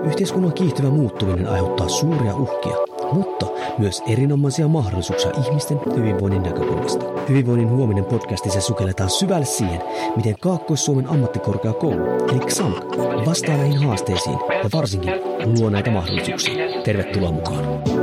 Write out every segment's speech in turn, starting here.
Yhteiskunnan kiihtyvä muuttuminen aiheuttaa suuria uhkia, mutta myös erinomaisia mahdollisuuksia ihmisten hyvinvoinnin näkökulmasta. Hyvinvoinnin huominen podcastissa sukelletaan syvälle siihen, miten Kaakkois-Suomen ammattikorkeakoulu, eli XAMK, vastaa näihin haasteisiin ja varsinkin luo näitä mahdollisuuksia. Tervetuloa mukaan!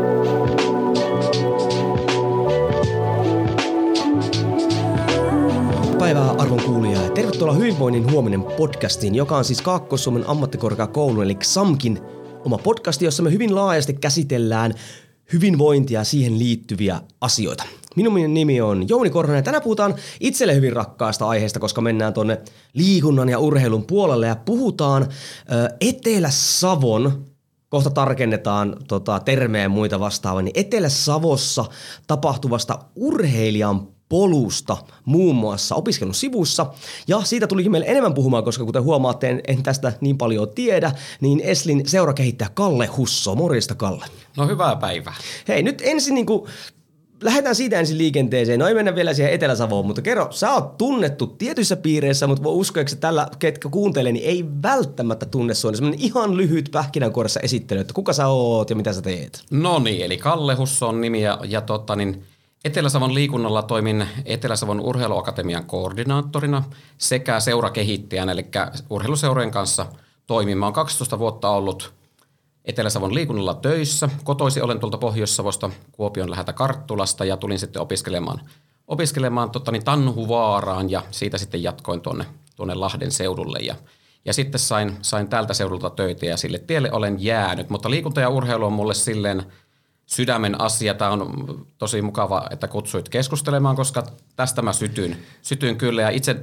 Päivää arvon kuulijaa ja tervetuloa Hyvinvoinnin huominen podcastiin, joka on siis Kaakkois-Suomen ammattikorkeakoulun eli XAMKin oma podcasti, jossa me hyvin laajasti käsitellään hyvinvointia ja siihen liittyviä asioita. Minun nimi on Jouni Korhonen ja tänään puhutaan itselle hyvin rakkaasta aiheesta, koska mennään tuonne liikunnan ja urheilun puolelle ja puhutaan Etelä-Savon, kohta tarkennetaan termejä ja muita vastaavaa, niin Etelä-Savossa tapahtuvasta urheilijan polusta muun muassa opiskelun sivussa. Ja siitä tulikin meille enemmän puhumaan, koska kuten huomaatte, en tästä niin paljon tiedä, niin Eslin seurakehittäjä Kalle Husso. Morjesta, Kalle. No hyvää päivää. Hei, nyt ensin lähdetään siitä ensin liikenteeseen. No ei mennä vielä siihen Etelä-Savoon, mutta kerro, sä oot tunnettu tietyissä piireissä, mutta voi uskoa, että tällä, ketkä kuuntelee, niin ei välttämättä tunne sua. Niin semmoinen ihan lyhyt pähkinänkuoressa esittely, että kuka sä oot ja mitä sä teet? No niin, eli Kalle Husso on nimi ja Etelä-Savon liikunnalla toimin Etelä-Savon urheiluakatemian koordinaattorina sekä seurakehittäjänä, eli urheiluseurojen kanssa toimin. Mä oon 12 vuotta ollut Etelä-Savon liikunnalla töissä. Kotoisin olen tuolta Pohjois-Savosta Kuopion läheltä Karttulasta ja tulin sitten opiskelemaan Tanhuvaaraan ja siitä sitten jatkoin tuonne Lahden seudulle ja sitten sain tältä seudulta töitä ja sille tielle olen jäänyt, mutta liikunta ja urheilu on mulle silleen sydämen asia. Tämä on tosi mukava, että kutsuit keskustelemaan, koska tästä mä sytyin kyllä. Ja itse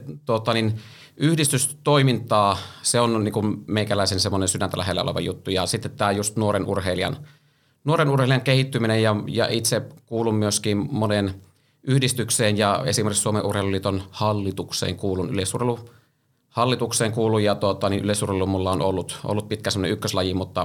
yhdistystoimintaa, se on niin kuin meikäläisen semmoinen sydäntä lähellä oleva juttu. Ja sitten tämä just nuoren urheilijan kehittyminen ja itse kuulun myöskin monen yhdistykseen ja esimerkiksi Suomen Urheiluliiton hallitukseen kuulun, yleisurheiluhallitukseen kuulun ja yleisurheilu mulla on ollut pitkä semmoinen ykköslaji, mutta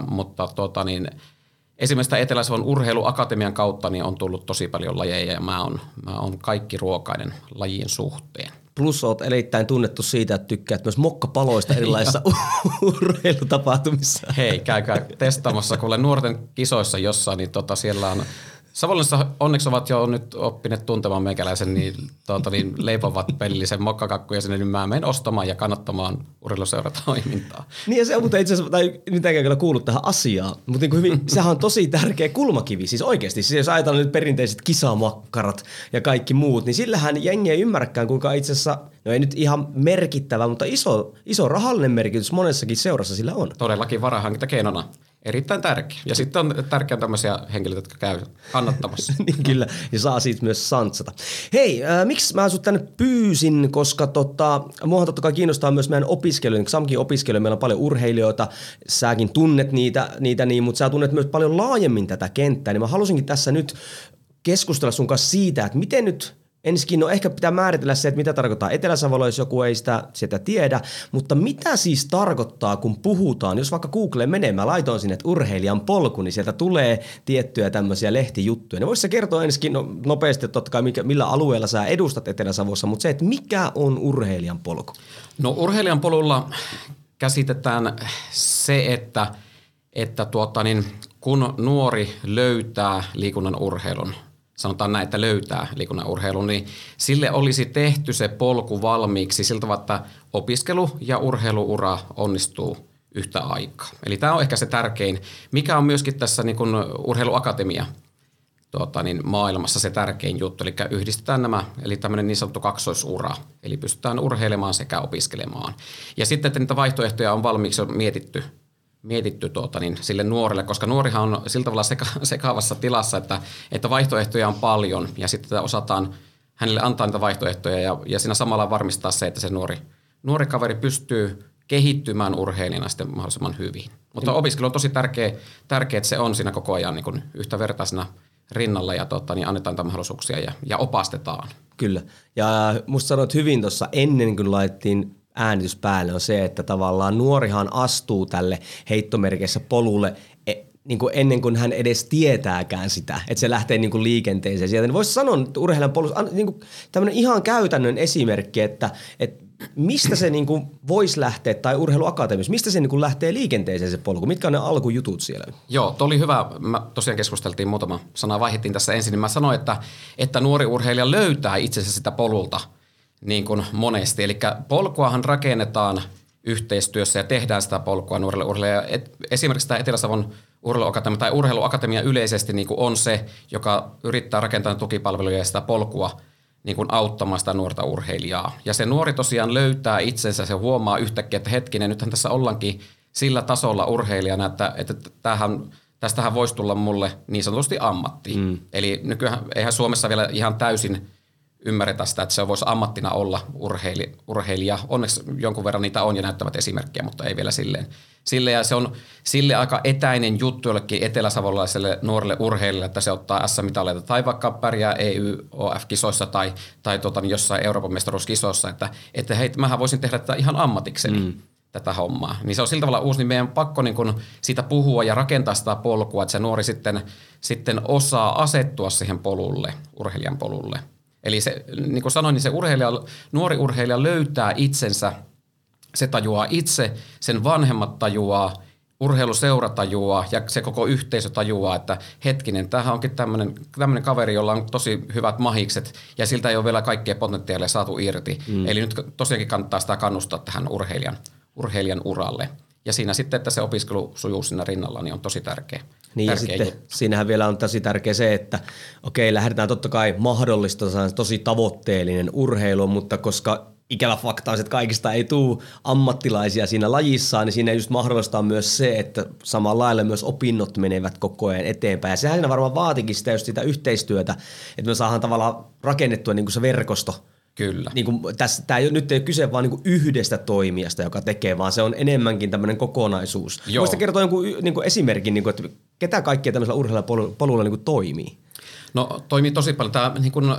esimerkiksi Etelä-Savon urheiluakatemian kautta niin on tullut tosi paljon lajeja ja mä oon kaikki ruokainen lajien suhteen. Plus oot erittäin tunnettu siitä, että tykkäät myös mokkapaloista erilaisissa urheilutapahtumissa. Hei, käykää testaamassa, kuule nuorten kisoissa jossain, niin siellä on Savonlinnassa onneksi ovat jo nyt oppineet tuntemaan meikäläisen, niin leipovat pellisen mokkakakkuja sinne, niin mä menen ostamaan ja kannattamaan urheiluseuratoimintaa. Niin ja se on muuten itse asiassa, tai mitenkään kyllä kuullut tähän asiaan, mutta niin hyvin, sehän on tosi tärkeä kulmakivi, siis oikeasti. Siis jos ajatellaan nyt perinteiset kisamakkarat ja kaikki muut, niin sillähän jengi ei ymmärräkään, kuinka itse asiassa, no ei nyt ihan merkittävä, mutta iso rahallinen merkitys monessakin seurassa sillä on. Todellakin varahankintakeinona. Erittäin tärkeä. Ja sitten on tärkeää tämmöisiä henkilöitä, jotka käy kannattamassa. Niin kyllä, ja saa siitä myös santsata. Hei, miksi mä sut tänne pyysin, koska muahan totta kai kiinnostaa myös meidän opiskelijoita, XAMKin opiskelijoita, meillä on paljon urheilijoita, säkin tunnet niitä niin, mutta sä tunnet myös paljon laajemmin tätä kenttää, niin mä halusinkin tässä nyt keskustella sun kanssa siitä, että miten nyt ensinnäkin, no ehkä pitää määritellä se, että mitä tarkoittaa Etelä-Savolla, jos joku ei sitä tiedä, mutta mitä siis tarkoittaa, kun puhutaan, jos vaikka Googleen menee, mä laitoin sinne, että urheilijan polku, niin sieltä tulee tiettyjä tämmöisiä lehtijuttuja. Niin voisi sä kertoa ensinnäkin nopeasti, että totta kai millä alueella sä edustat Etelä-Savossa, mutta se, että mikä on urheilijan polku? No urheilijan polulla käsitetään se, että kun nuori löytää liikunnan urheilun, sanotaan näin, että löytää liikunnan urheilun, niin sille olisi tehty se polku valmiiksi siltä tavalla, että opiskelu- ja urheiluura onnistuu yhtä aikaa. Eli tämä on ehkä se tärkein, mikä on myöskin tässä niin kuin urheiluakatemia maailmassa se tärkein juttu. Eli yhdistetään nämä, eli tämmöinen niin sanottu kaksoisura, eli pystytään urheilemaan sekä opiskelemaan. Ja sitten, että niitä vaihtoehtoja on valmiiksi mietitty sille nuorelle, koska nuorihan on sillä tavalla sekaavassa tilassa, että vaihtoehtoja on paljon ja sitten osataan hänelle antaa niitä vaihtoehtoja ja siinä samalla varmistaa se, että se nuori kaveri pystyy kehittymään urheilijana sitten mahdollisimman hyvin. Mutta opiskelu on tosi tärkeä, että se on siinä koko ajan niin kuin yhtävertaisena rinnalla ja annetaan niitä mahdollisuuksia ja opastetaan. Kyllä. Ja musta sanoit hyvin tuossa ennen kuin laitettiin äänitys päälle on se, että tavallaan nuorihan astuu tälle heittomerkeissä polulle niin kuin ennen kuin hän edes tietääkään sitä, että se lähtee niin kuin liikenteeseen sieltä. Niin voisi sanoa, että urheilijan polussa niin kuin tämmöinen ihan käytännön esimerkki, että mistä se niinku voisi lähteä, tai urheiluakatemiassa, mistä se niinku lähtee liikenteeseen se polku? Mitkä on ne alkujutut siellä? Joo, tuo oli hyvä. Mä tosiaan keskusteltiin muutama sana, vaihdettiin tässä ensin, niin mä sanoin, että nuori urheilija löytää itsensä sitä polulta niin kuin monesti. Eli polkuahan rakennetaan yhteistyössä ja tehdään sitä polkua nuorille urheilijalle. Esimerkiksi tämä Etelä-Savon urheiluakatemia tai urheiluakatemia yleisesti niin kuin on se, joka yrittää rakentaa tukipalveluja ja sitä polkua niin kuin auttamaan sitä nuorta urheilijaa. Ja se nuori tosiaan löytää itsensä, se huomaa yhtäkkiä, että hetkinen, nythän tässä ollaankin sillä tasolla urheilijana, että tästähän voisi tulla mulle niin sanotusti ammatti. Eli nykyään eihän Suomessa vielä ihan täysin ymmärretä sitä, että se voisi ammattina olla urheilija. Onneksi jonkun verran niitä on ja näyttävät esimerkkejä, mutta ei vielä silleen. Ja se on sille aika etäinen juttu jollekin eteläsavolaiselle nuorelle urheilijalle, että se ottaa S-mitaleita tai vaikka pärjää EYOF-kisoissa tai jossain Euroopan mestaruuskisoissa, että hei, mähän voisin tehdä tätä ihan ammatikseni. Tätä hommaa. Niin se on sillä tavalla uusi, niin meidän on pakko niin kun siitä puhua ja rakentaa sitä polkua, että se nuori sitten osaa asettua siihen polulle, urheilijan polulle. Eli se, niin kuin sanoin, niin se nuori urheilija löytää itsensä, se tajuaa itse, sen vanhemmat tajuaa, urheiluseura tajuaa ja se koko yhteisö tajuaa, että hetkinen, tämähän onkin tämmöinen kaveri, jolla on tosi hyvät mahikset ja siltä ei ole vielä kaikkea potentiaalia saatu irti. Eli nyt tosiaankin kannattaa sitä kannustaa tähän urheilijan uralle. Ja siinä sitten, että se opiskelu sujuu siinä rinnalla, niin on tosi tärkeä. Niin ja sitten siinähän vielä on tosi tärkeä se, että okei, lähdetään totta kai mahdollistamaan tosi tavoitteellinen urheilu, mutta koska ikävä fakta on, että kaikista ei tule ammattilaisia siinä lajissaan, niin siinä just mahdollistaa myös se, että samalla lailla myös opinnot menevät koko ajan eteenpäin. Ja sehän siinä varmaan vaatikin sitä yhteistyötä, että me saadaan tavallaan rakennettua niin kuin se verkosto. Kyllä. Niin kuin tämä nyt ei ole kyse vaan niin kuin yhdestä toimijasta, joka tekee, vaan se on enemmänkin tämmöinen kokonaisuus. Voisitko kertoa jonkun niin kuin esimerkin, niin kuin, että ketä kaikkia tämmöisellä urheilupolulla niin kuin toimii? No toimii tosi paljon. Tämä niin kuin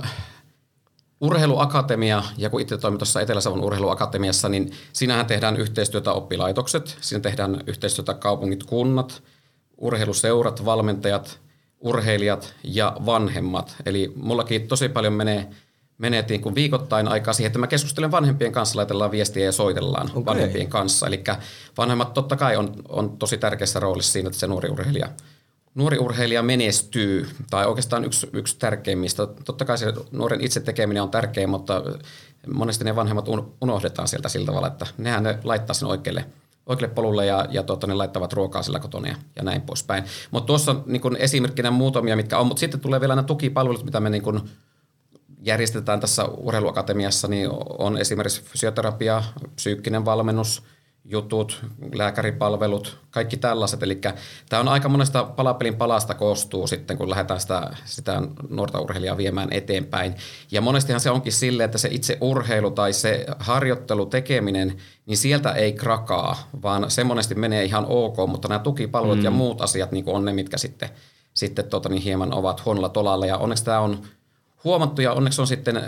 urheiluakatemia, ja kun itse toimin tuossa Etelä-Savon urheiluakatemiassa, niin siinähän tehdään yhteistyötä oppilaitokset, siinä tehdään yhteistyötä kaupungit, kunnat, urheiluseurat, valmentajat, urheilijat ja vanhemmat. Eli mullakin tosi paljon menee niin kuin viikoittain aikaa siihen, että mä keskustelen vanhempien kanssa, laitellaan viestiä ja soitellaan vanhempien kanssa. Eli vanhemmat totta kai on tosi tärkeässä roolissa siinä, että se nuori urheilija menestyy, tai oikeastaan yksi tärkeimmistä. Totta kai se nuoren itse tekeminen on tärkeä, mutta monesti ne vanhemmat unohdetaan sieltä sillä tavalla, että nehän ne laittaa sen oikealle polulle ja ne laittavat ruokaa sillä kotona ja näin poispäin. Mutta tuossa on niin kun esimerkkinä muutamia, mitkä on, mutta sitten tulee vielä nämä tukipalvelut, mitä me niin kun järjestetään tässä urheiluakatemiassa, niin on esimerkiksi fysioterapia, psyykkinen valmennus, jutut, lääkäripalvelut, kaikki tällaiset. Eli tämä on aika monesta palapelin palasta koostuu sitten, kun lähdetään sitä nuorta urheilijaa viemään eteenpäin. Ja monestihan se onkin silleen, että se itse urheilu tai se harjoittelu, tekeminen, niin sieltä ei krakaa, vaan se monesti menee ihan ok, mutta nämä tukipalvelut ja muut asiat niin on ne, mitkä sitten hieman ovat huonolla tolalla. Ja onneksi tämä on huomattu ja onneksi on sitten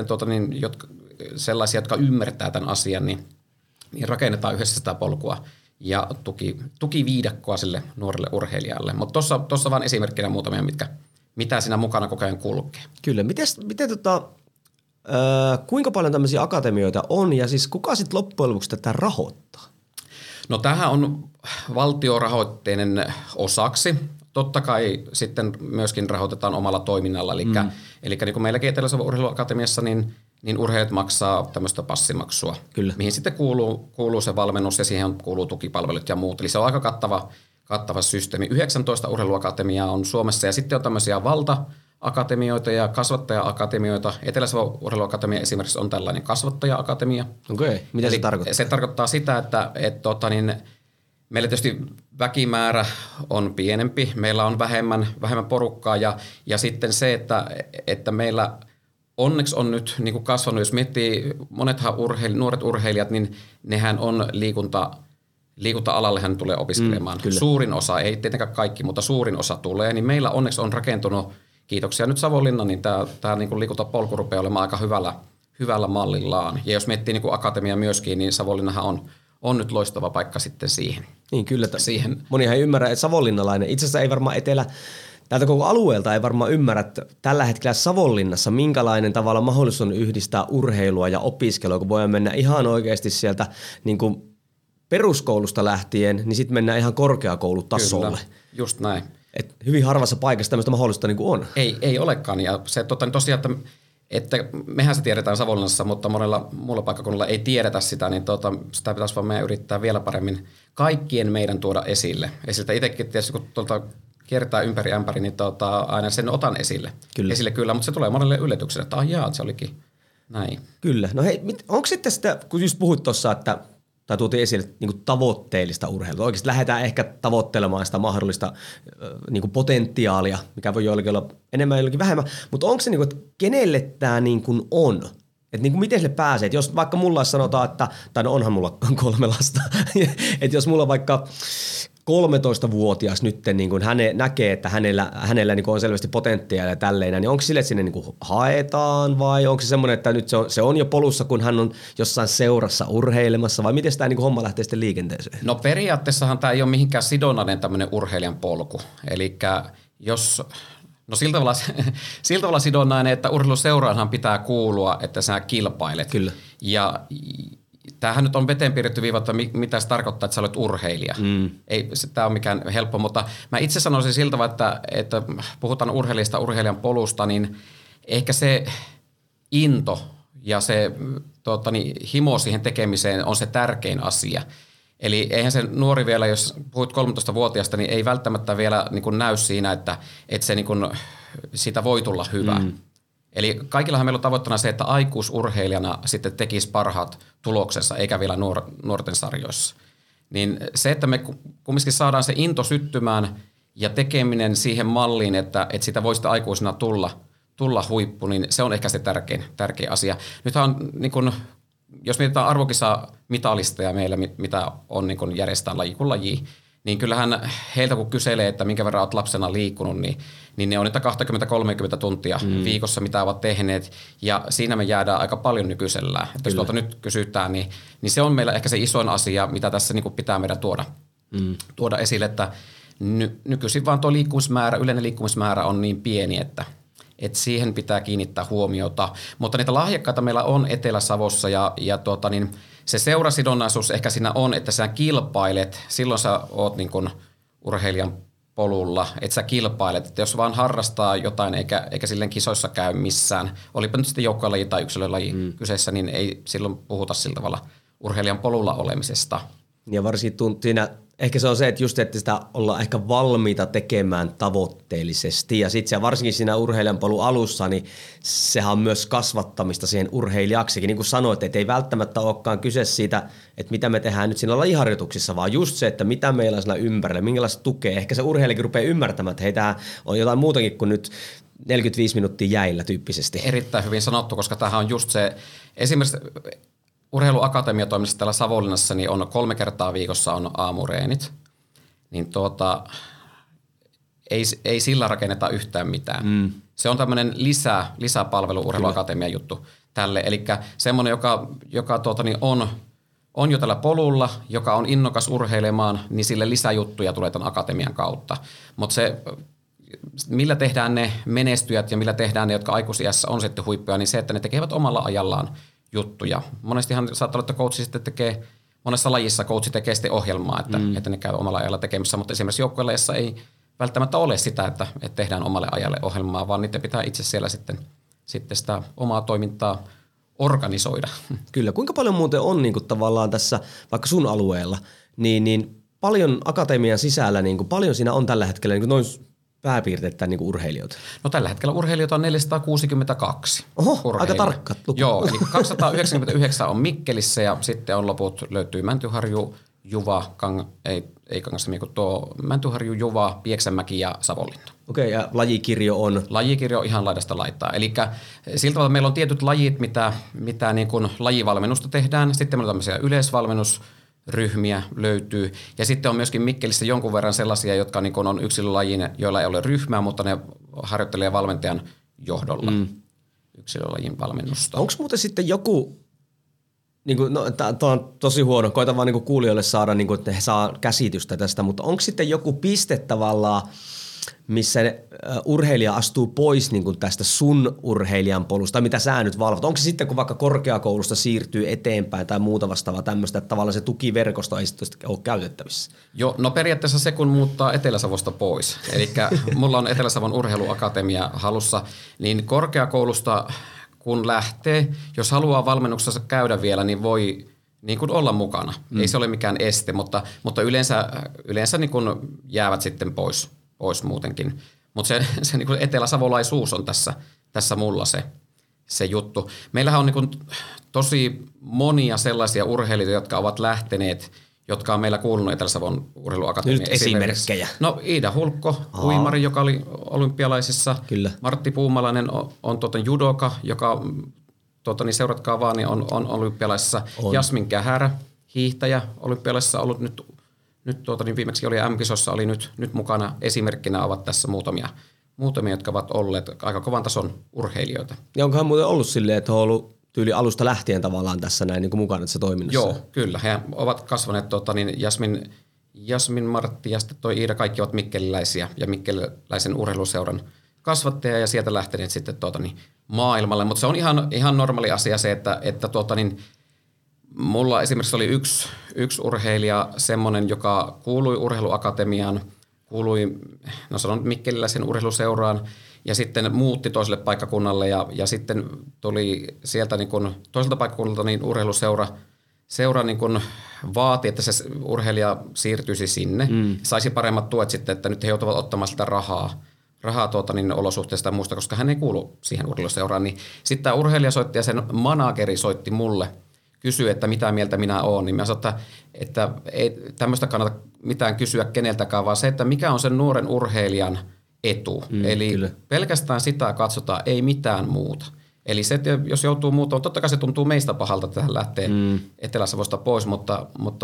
sellaisia, jotka ymmärtää tämän asian, niin rakennetaan yhdessä sitä polkua ja tukiviidakkoa sille nuorelle urheilijalle. Mutta tuossa vaan esimerkkinä muutamia, mitä siinä mukana koko ajan kulkee. Kyllä. Kuinka paljon tämmöisiä akatemioita on ja siis kuka sitten loppujen lopuksi tätä rahoittaa? No tämähän on valtiorahoitteinen osaksi. Totta kai sitten myöskin rahoitetaan omalla toiminnalla. Eli niin kuin meilläkin Etelä-Savon urheiluakatemiassa, niin urheilijat maksaa tämmöistä passimaksua, Kyllä. mihin sitten kuuluu se valmennus ja siihen kuuluu tukipalvelut ja muut. Eli se on aika kattava systeemi. 19 urheiluakatemiaa on Suomessa ja sitten on tämmöisiä valta-akatemioita ja kasvattaja-akatemioita. Etelä-Savon urheiluakatemia esimerkiksi on tällainen kasvattaja-akatemia. Okei, mitä se tarkoittaa? Se tarkoittaa sitä, että meillä tietysti väkimäärä on pienempi, meillä on vähemmän porukkaa ja sitten se, että meillä onneksi on nyt niin kuin kasvanut, jos miettii monethan nuoret urheilijat, niin nehän on liikunta-alalle hän tulee opiskelemaan. Suurin osa, ei tietenkään kaikki, mutta suurin osa tulee, niin meillä onneksi on rakentunut, kiitoksia nyt Savonlinna, niin tämä niin kuin liikuntapolku rupeaa olemaan aika hyvällä mallillaan. Ja jos miettii niin kuin akatemia myöskin, niin Savonlinnahan on nyt loistava paikka sitten siihen. Niin kyllä, monihan ei ymmärrä, että savonlinnalainen, itse asiassa ei varmaan täältä koko alueelta ei varmaan ymmärrä, että tällä hetkellä Savonlinnassa minkälainen tavalla mahdollisuus on yhdistää urheilua ja opiskelua, kun voidaan mennä ihan oikeasti sieltä niin kuin peruskoulusta lähtien, niin sitten mennään ihan korkeakoulutasolle. Kyllä, just näin. Et hyvin harvassa paikassa tämmöistä mahdollista niin kuin on. Ei olekaan. Ja se tosiaan, että mehän se tiedetään Savonlinnassa, mutta monella muulla paikkakunnalla ei tiedetä sitä, niin sitä pitäisi vaan meidän yrittää vielä paremmin kaikkien meidän tuoda esille. Esille itsekin tietysti, kun kiertää ympäri ämpäri, niin aina sen otan esille. Kyllä, mutta se tulee monelle yllätykselle, että se olikin näin. Kyllä. No hei, onko sitten sitä, kun just puhuit tuossa, että tai tuotiin esille niin kuin tavoitteellista urheilua. Oikeasti lähdetään ehkä tavoittelemaan sitä mahdollista niin kuin potentiaalia, mikä voi joillekin olla enemmän, joillekin vähemmän. Mutta onko se, niin kuin, että kenelle tämä niin kuin on? Että niin kuin miten sille pääsee? Et jos vaikka mulla sanotaan, että, tai no onhan mulla 3 lasta, että jos mulla vaikka 13-vuotias nyt niin kuin näkee, että hänellä niin kuin on selvästi potentiaalia tälleen, niin onko sille, että sinne niin kuin haetaan vai onko se semmoinen, että nyt se on jo polussa, kun hän on jossain seurassa urheilemassa vai miten tämä niin kuin homma lähtee sitten liikenteeseen? No periaatteessahan tämä ei ole mihinkään sidonnainen tämmöinen urheilijan polku. Elikkä sillä tavalla sidonnainen, että urheiluseuraanhan pitää kuulua, että sä kilpailet. Kyllä. Ja tämähän nyt on veteen piirretty viiva, että mitä se tarkoittaa, että sä olet urheilija. Ei tämä ole mikään helppo, mutta mä itse sanoisin siltä tavalla, että puhutaan urheilijan polusta, niin ehkä se into ja se himo siihen tekemiseen on se tärkein asia. Eli eihän se nuori vielä, jos puhut 13-vuotiaasta, niin ei välttämättä vielä niin kuin näy siinä, että se niin kuin, siitä voi tulla hyvä. Eli kaikillahan meillä on tavoitteena se, että aikuisurheilijana sitten tekisi parhaat tuloksensa, eikä vielä nuorten sarjoissa. Niin se, että me kumminkin saadaan se into syttymään ja tekeminen siihen malliin, että sitä voi sitten aikuisena tulla huippu, niin se on ehkä se tärkein asia. Nythän on, niin kun, jos mietitään arvokisa-mitalisteja meillä, mitä on niin kun järjestetään laji kuin laji, niin kyllähän heiltä kun kyselee, että minkä verran olet lapsena liikkunut, niin ne on niitä 20-30 tuntia viikossa, mitä ovat tehneet. Ja siinä me jäädään aika paljon nykyisellään. Että jos tuolta nyt kysytään, niin se on meillä ehkä se isoin asia, mitä tässä niin kuin pitää meidän tuoda esille, että nykyisin vaan tuo yleinen liikkumismäärä on niin pieni, että siihen pitää kiinnittää huomiota. Mutta niitä lahjakkaita meillä on Etelä-Savossa ja se seurasidonnaisuus ehkä siinä on, että sä kilpailet, silloin sä oot niin kuin urheilijan polulla, että sä kilpailet. Että jos vaan harrastaa jotain eikä silleen kisoissa käy missään, olipa nyt sitten joukkuelaji tai yksilölaji kyseessä, niin ei silloin puhuta sillä tavalla urheilijan polulla olemisesta. Ja varsinkin siinä ehkä se on se, että just että sitä ollaan ehkä valmiita tekemään tavoitteellisesti ja sitten varsinkin siinä urheilijan polun alussa, niin sehän on myös kasvattamista siihen urheilijaksikin. Niin kuin sanoit, että ei välttämättä olekaan kyse siitä, että mitä me tehdään nyt siinä lajiharjoituksissa, vaan just se, että mitä meillä on siinä ympärillä, minkälaista tukea. Ehkä se urheilijakin rupeaa ymmärtämään, että hei, tämä on jotain muutakin kuin nyt 45 minuuttia jäillä tyyppisesti. Erittäin hyvin sanottu, koska tämähän on just se, esimerkiksi Urheiluakatemiatoiminnassa täällä Savonlinnassa niin on 3 kertaa viikossa on aamureenit, niin ei sillä rakenneta yhtään mitään. Se on tämmöinen lisäpalvelu Urheiluakatemian juttu tälle, eli semmoinen, joka on jo tällä polulla, joka on innokas urheilemaan, niin sille lisäjuttuja tulee tämän akatemian kautta. Mutta se, millä tehdään ne menestyjät ja millä tehdään ne, jotka aikuisiässä on sitten huippuja, niin se, että ne tekevät omalla ajallaan juttuja. Monestihan saattaa olla, että coachi sitten tekee, monessa lajissa coachi tekee sitten ohjelmaa, että ne käy omalla ajalla tekemässä, mutta esimerkiksi joukkuelajissa ei välttämättä ole sitä, että tehdään omalle ajalle ohjelmaa, vaan niitä pitää itse siellä sitten sitä omaa toimintaa organisoida. Kyllä. Kuinka paljon muuten on niin kuin tavallaan tässä, vaikka sun alueella, niin paljon akatemian sisällä, niin kuin paljon siinä on tällä hetkellä niin kuin noin pääpiirteitä niin kuin urheilijoita? No tällä hetkellä urheilijoita on 462. Oho, aika tarkka luku. Joo, eli 299 on Mikkelissä ja sitten on loput löytyy Mäntyharju, Juva, Mäntyharju, Juva, Pieksämäki ja Savonlinna. Okei, ja lajikirjo on? Lajikirjo ihan laidasta laittaa. Eli siltä tavalla meillä on tietyt lajit, mitä niin kuin lajivalmennusta tehdään. Sitten meillä on tämmöisiä yleisvalmennusryhmiä löytyy. Ja sitten on myöskin Mikkelissä jonkun verran sellaisia, jotka niin kuin on yksilölajin, joilla ei ole ryhmää, mutta ne harjoittelee valmentajan johdolla yksilölajin valmennusta. Onko muuten sitten joku, niin kuin, no, tämä on tosi huono, koitan vaan niin kuin kuulijoille saada, niin kuin, että he saa käsitystä tästä, mutta onko sitten joku piste tavallaan, missä urheilija astuu pois niin kuin tästä sun urheilijan polusta, mitä sä nyt valvot? Onko se sitten, kun vaikka korkeakoulusta siirtyy eteenpäin tai muuta vastaavaa tämmöistä, että tavallaan se tukiverkosto ei sitten ole käytettävissä? Joo, no periaatteessa se, kun muuttaa Etelä-Savosta pois, eli mulla on Etelä-Savon urheiluakatemia halussa, niin korkeakoulusta kun lähtee, jos haluaa valmennuksessa käydä vielä, niin voi niin kuin olla mukana. Ei se ole mikään este, mutta yleensä niin kuin jäävät sitten pois muutenkin. Mutta se niin kuin eteläsavolaisuus on tässä mulla se juttu. Meillähän on niin kuin tosi monia sellaisia urheilijoita, jotka ovat lähteneet, jotka on meillä kuulunut Etelä-Savon urheiluakatemiaan. Nyt esimerkkejä. No Iida Hulkko, uimari, joka oli olympialaisissa. Kyllä. Martti Puumalainen on judoka, joka seuratkaa vaan, niin on olympialaisissa. On. Jasmin Kähärä, hiihtäjä, olympialaisissa ollut nyt viimeksi oli M-kisossa, oli nyt mukana esimerkkinä, ovat tässä muutamia, jotka ovat olleet aika kovan tason urheilijoita. Ja onkohan muuten ollut silleen, että on ollut tyyli alusta lähtien tavallaan tässä näin niin kuin mukana tässä toiminnassa? Joo, kyllä. He ovat kasvaneet, Jasmin, Martti ja sitten toi Iida, kaikki ovat mikkeliläisiä ja mikkeliläisen urheiluseuran kasvattajia ja sieltä lähteneet sitten maailmalle. Mutta se on ihan normaali asia se, että mulla esimerkiksi oli yksi urheilija, semmoinen, joka kuului urheiluakatemiaan, sanon mikkeliläisen urheiluseuraan ja sitten muutti toiselle paikkakunnalle ja sitten tuli sieltä niin kun toiselta paikkakunnalta niin urheiluseura niin kun vaati, että se urheilija siirtyisi sinne, saisi paremmat tuet sitten, että nyt he joutuvat ottamaan sitä rahaa olosuhteista ja muusta, koska hän ei kuulu siihen urheiluseuraan. Niin sitten tämä urheilija soitti ja sen manageri soitti mulle, kysyi, että mitä mieltä minä olen, niin mä sanoin, että ei tämmöistä kannata mitään kysyä keneltäkään, vaan se, että mikä on sen nuoren urheilijan etu. Eli kyllä. Pelkästään sitä katsotaan, ei mitään muuta. Eli se, että jos joutuu muutoon, totta kai se tuntuu meistä pahalta, että hän lähtee Etelä-Savosta pois, mutta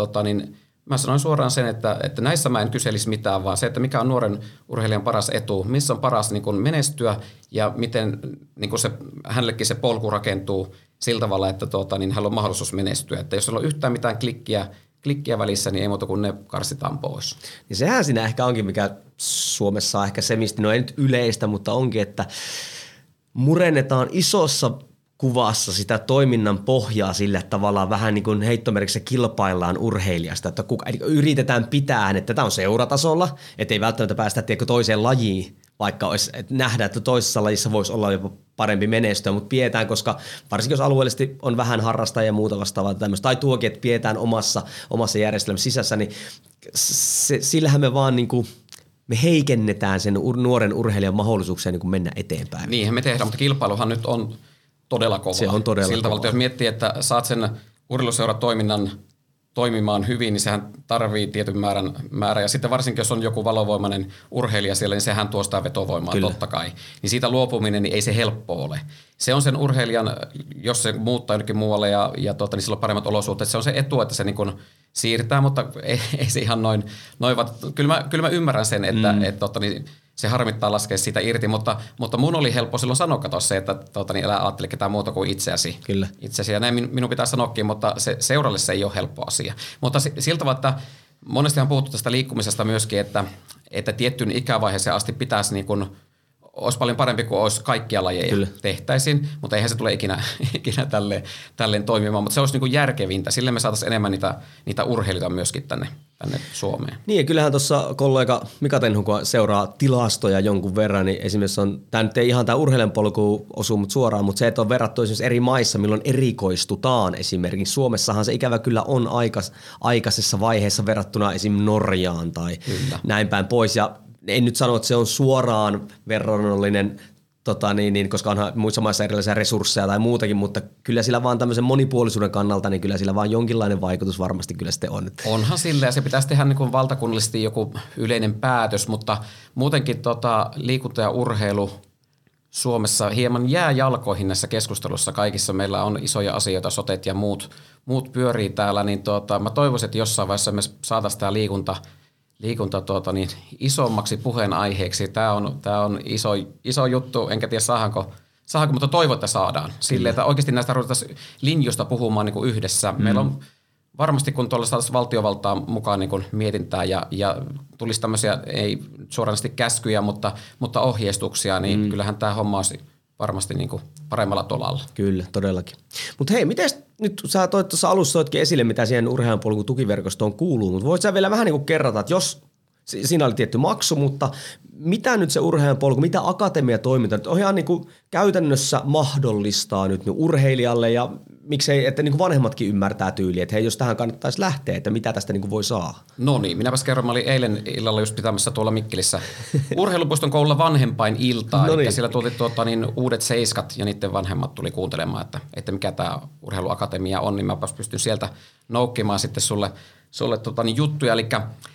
mä sanoin suoraan sen, että näissä mä en kyselisi mitään, vaan se, että mikä on nuoren urheilijan paras etu, missä on paras niin kuin menestyä ja miten niin kuin hänellekin se polku rakentuu sillä tavalla, että hänellä on mahdollisuus menestyä. Että jos on yhtään mitään klikkiä välissä, niin ei muuta kuin ne karsitaan pois. Niin sehän siinä ehkä onkin, mikä Suomessa on ehkä se, mistä no ei nyt yleistä, mutta onkin, että murennetaan isossa kuvassa sitä toiminnan pohjaa sille, että tavallaan vähän niin kuin heittomerkissä kilpaillaan urheilijasta, että yritetään pitää hänet, tätä on seuratasolla, ettei välttämättä päästä toiseen lajiin, vaikka olisi, että nähdään, että toisessa lajissa voisi olla jopa parempi menestyä, mutta pidetään, koska varsinkin jos alueellisesti on vähän harrastajia ja muuta vastaavaa tämmöistä, tai tuokin, että pidetään omassa järjestelmässä sisässä, niin sillähän me vaan niin kuin me heikennetään sen nuoren urheilijan mahdollisuuksia niin kuin mennä eteenpäin. Niinhän me tehdään, mutta kilpailuhan nyt on todella kova. Se on todella sillä tavalla, jos miettii, että saat sen urheiluseuratoiminnan toimimaan hyvin, niin sehän tarvii tietyn määrän. Ja sitten varsinkin, jos on joku valovoimainen urheilija siellä, niin sehän tuo sitä vetovoimaa kyllä. Totta kai. Niin siitä luopuminen, niin ei se helppo ole. Se on sen urheilijan, jos se muuttaa jonnekin muualle niin sillä on paremmat olosuhteet. Se on se etu, että se niin kuin siirtää, mutta ei se ihan noin kyllä mä ymmärrän sen, että se harmittaa laskea siitä irti, mutta mun oli helppo silloin sanoa, kato se, että älä ajattele ketään muuta kuin itseäsi. Kyllä. Itseäsi. Ja näin minun pitää sanoakin, mutta seuralle se ei ole helppo asia. Mutta siltä tavalla, että monesti on puhuttu tästä liikkumisesta myöskin, että tiettyyn ikävaiheeseen asti pitäisi niin kuin olisi paljon parempi kuin olisi kaikkia lajeja kyllä. Tehtäisiin, mutta eihän se tule ikinä tälleen toimimaan, mutta se olisi niin kuin järkevintä. Sille me saataisiin enemmän niitä urheilijoita myöskin tänne Suomeen. Niin ja kyllähän tuossa kollega Mika Tenhu, kun seuraa tilastoja jonkun verran, niin esimerkiksi tämä nyt ei ihan tämä urheilijan polku osu mut suoraan, mutta se, että on verrattu esimerkiksi eri maissa, milloin erikoistutaan esimerkiksi. Suomessahan se ikävä kyllä on aikaisessa vaiheessa verrattuna esimerkiksi Norjaan tai kyllä. Näin päin pois ja en nyt sano, että se on suoraan verrannollinen, koska onhan muissa maissa erilaisia resursseja tai muutakin, mutta kyllä sillä vaan tämmöisen monipuolisuuden kannalta, niin kyllä sillä vaan jonkinlainen vaikutus varmasti kyllä sitten on. Onhan sillä ja se pitäisi tehdä niin kuin valtakunnallisesti joku yleinen päätös, mutta muutenkin liikunta ja urheilu Suomessa hieman jää jalkoihin näissä keskustelussa kaikissa. Meillä on isoja asioita, sotet ja muut pyörii täällä, niin mä toivoisin, että jossain vaiheessa me saataisiin tämä liikunta isommaksi puheenaiheeksi. Tämä on iso juttu, enkä tiedä saadaanko, mutta toivon, että saadaan. Silleen, että oikeasti näistä ruvetaan linjusta puhumaan niin kuin yhdessä. Meillä on varmasti kun tuolla saataisiin valtiovaltaa mukaan niin kuin mietintää ja tulisi tämmöisiä, ei suoranaisesti käskyjä, mutta ohjeistuksia, niin kyllähän tämä homma olisi varmasti niin kuin paremmalla tolalla. Kyllä, todellakin. Mutta hei, miten nyt sä toit tuossa alussa esille, mitä siihen urheilupolun tukiverkostoon kuuluu, mutta voit sä vielä vähän niin kuin kerrata, että jos siinä oli tietty maksu, mutta mitä nyt se urheilupolku, mitä akatemiatoiminta nyt on ihan niin kuin käytännössä mahdollistaa nyt urheilijalle ja miksei, että niin kuin vanhemmatkin ymmärtää tyyliä, että hei, jos tähän kannattaisi lähteä, että mitä tästä niin kuin voi saa. No niin, minäpäs kerron, mä olin eilen illalla just pitämässä tuolla Mikkelissä urheilupuiston koululla vanhempain iltaa, eli siellä tuotiin uudet seiskat ja niiden vanhemmat tuli kuuntelemaan, että mikä tämä urheiluakatemia on, niin mäpäs pystyn sieltä noukkimaan sitten sulle juttuja, eli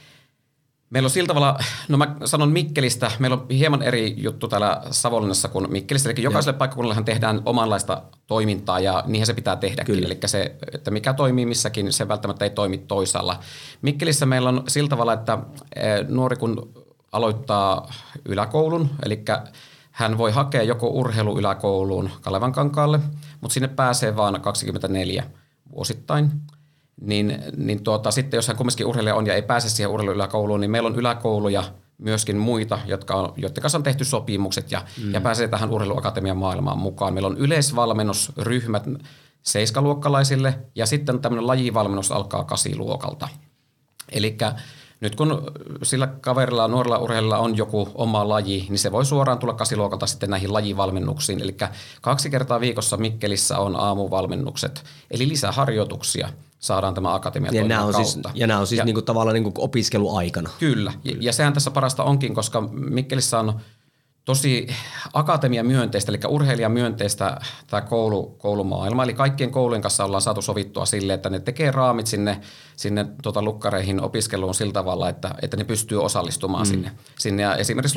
meillä on sillä tavalla, no mä sanon Mikkelistä, meillä on hieman eri juttu täällä Savonlinnassa kuin Mikkelissä, eli jokaiselle paikkakunnallahan tehdään omanlaista toimintaa ja niinhän se pitää tehdäkin, kyllä. Eli se, että mikä toimii missäkin, se välttämättä ei toimi toisaalla. Mikkelissä meillä on sillä tavalla, että nuori kun aloittaa yläkoulun, eli hän voi hakea joko urheiluyläkouluun Kalevankankaalle, mutta sinne pääsee vaan 24 vuosittain. Niin sitten jos hän kumminkin urheilija on ja ei pääse siihen urheiluyläkouluun, niin meillä on yläkouluja myöskin muita, joiden kanssa on tehty sopimukset ja pääsee tähän urheiluakatemian maailmaan mukaan. Meillä on yleisvalmennusryhmät 7-luokkalaisille ja sitten tämmöinen lajivalmennus alkaa 8-luokalta. Elikkä nyt kun sillä kaverilla, nuorella urheilijalla on joku oma laji, niin se voi suoraan tulla 8-luokalta sitten näihin lajivalmennuksiin. Eli 2 kertaa viikossa Mikkelissä on aamuvalmennukset, eli lisäharjoituksia saadaan tämä akatemia toiminnan kautta. Ja nämä on siis niinku tavallaan niinku opiskeluaikana. Kyllä, ja sehän tässä parasta onkin, koska Mikkelissä on tosi akatemiamyönteistä, eli urheilijamyönteistä tämä koulumaailma. Eli kaikkien koulujen kanssa ollaan saatu sovittua sille, että ne tekee raamit sinne lukkareihin opiskeluun sillä tavalla, että ne pystyy osallistumaan sinne. Ja esimerkiksi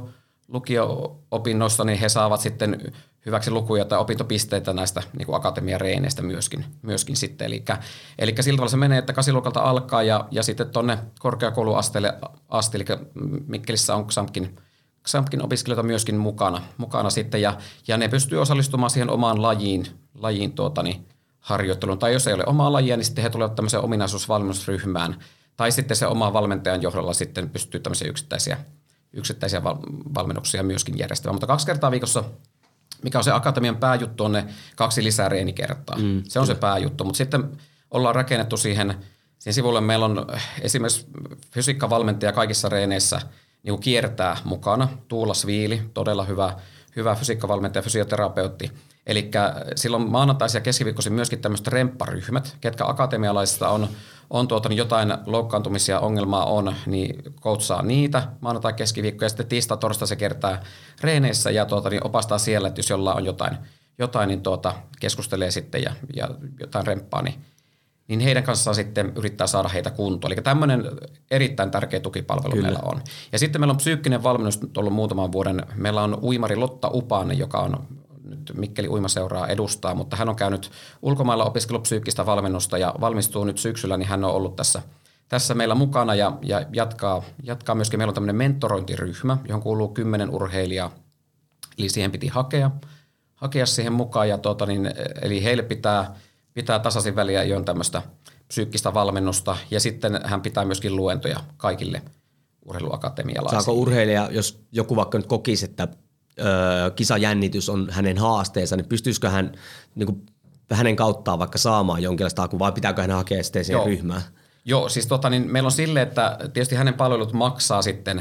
lukio-opinnoissa niin he saavat sitten hyväksi lukuja tai opintopisteitä näistä niin kuin akatemiareeneistä myöskin sitten. Eli sillä tavalla se menee, että 8-luokalta alkaa ja sitten tuonne korkeakouluasteelle asti, eli Mikkelissä on XAMKin opiskelijoita myöskin mukana sitten ja ne pystyy osallistumaan siihen omaan lajiin harjoitteluun. Tai jos ei ole omaa lajia, niin sitten he tulevat tämmöiseen ominaisuusvalmennusryhmään. Tai sitten se oma valmentajan johdolla sitten pystyy tämmöisiä yksittäisiä valmennuksia myöskin järjestämään. Mutta 2 kertaa viikossa, mikä on se akatemian pääjuttu, on ne 2 lisää reenikertaa. Se on se pääjuttu, mutta sitten ollaan rakennettu siihen sivulle. Meillä on esimerkiksi fysiikkavalmentaja kaikissa reeneissä niin kuin kiertää mukana. Tuula Sviili, todella hyvä fysiikkavalmentaja, fysioterapeutti. Eli silloin maanantaisin ja keskiviikkoisin myöskin tämmöiset rempparyhmät, ketkä akatemialaisista on jotain loukkaantumisia ongelmaa on, niin coachaa niitä maanantai keskiviikko ja sitten tiistai torstai se kertaa reeneissä ja opastaa siellä, että jos jollain on jotain niin keskustelee sitten ja jotain remppaa, niin heidän kanssaan sitten yrittää saada heitä kuntoon. Eli tämmöinen erittäin tärkeä tukipalvelu meillä on. Ja sitten meillä on psyykkinen valmennus ollut muutaman vuoden. Meillä on uimari Lotta Upanen, joka on nyt Mikkeli Uimaseuraa edustaa, mutta hän on käynyt ulkomailla opiskellut psyykkistä valmennusta ja valmistuu nyt syksyllä, niin hän on ollut tässä meillä mukana ja jatkaa myöskin. Meillä on tämmöinen mentorointiryhmä, johon kuuluu 10 urheilijaa, eli siihen piti hakea siihen mukaan ja eli heille pitää tasaisin väliä ajoin tämmöistä psyykkistä valmennusta ja sitten hän pitää myöskin luentoja kaikille urheiluakatemialaisille. Saako urheilija, jos joku vaikka nyt kokisi, että kisajännitys on hänen haasteensa, niin pystyisikö hän niin kuin hänen kauttaan vaikka saamaan jonkinlaista apua vai pitääkö hän hakea sitten siihen ryhmään? Joo, siis niin meillä on silleen, että tietysti hänen palvelut maksaa sitten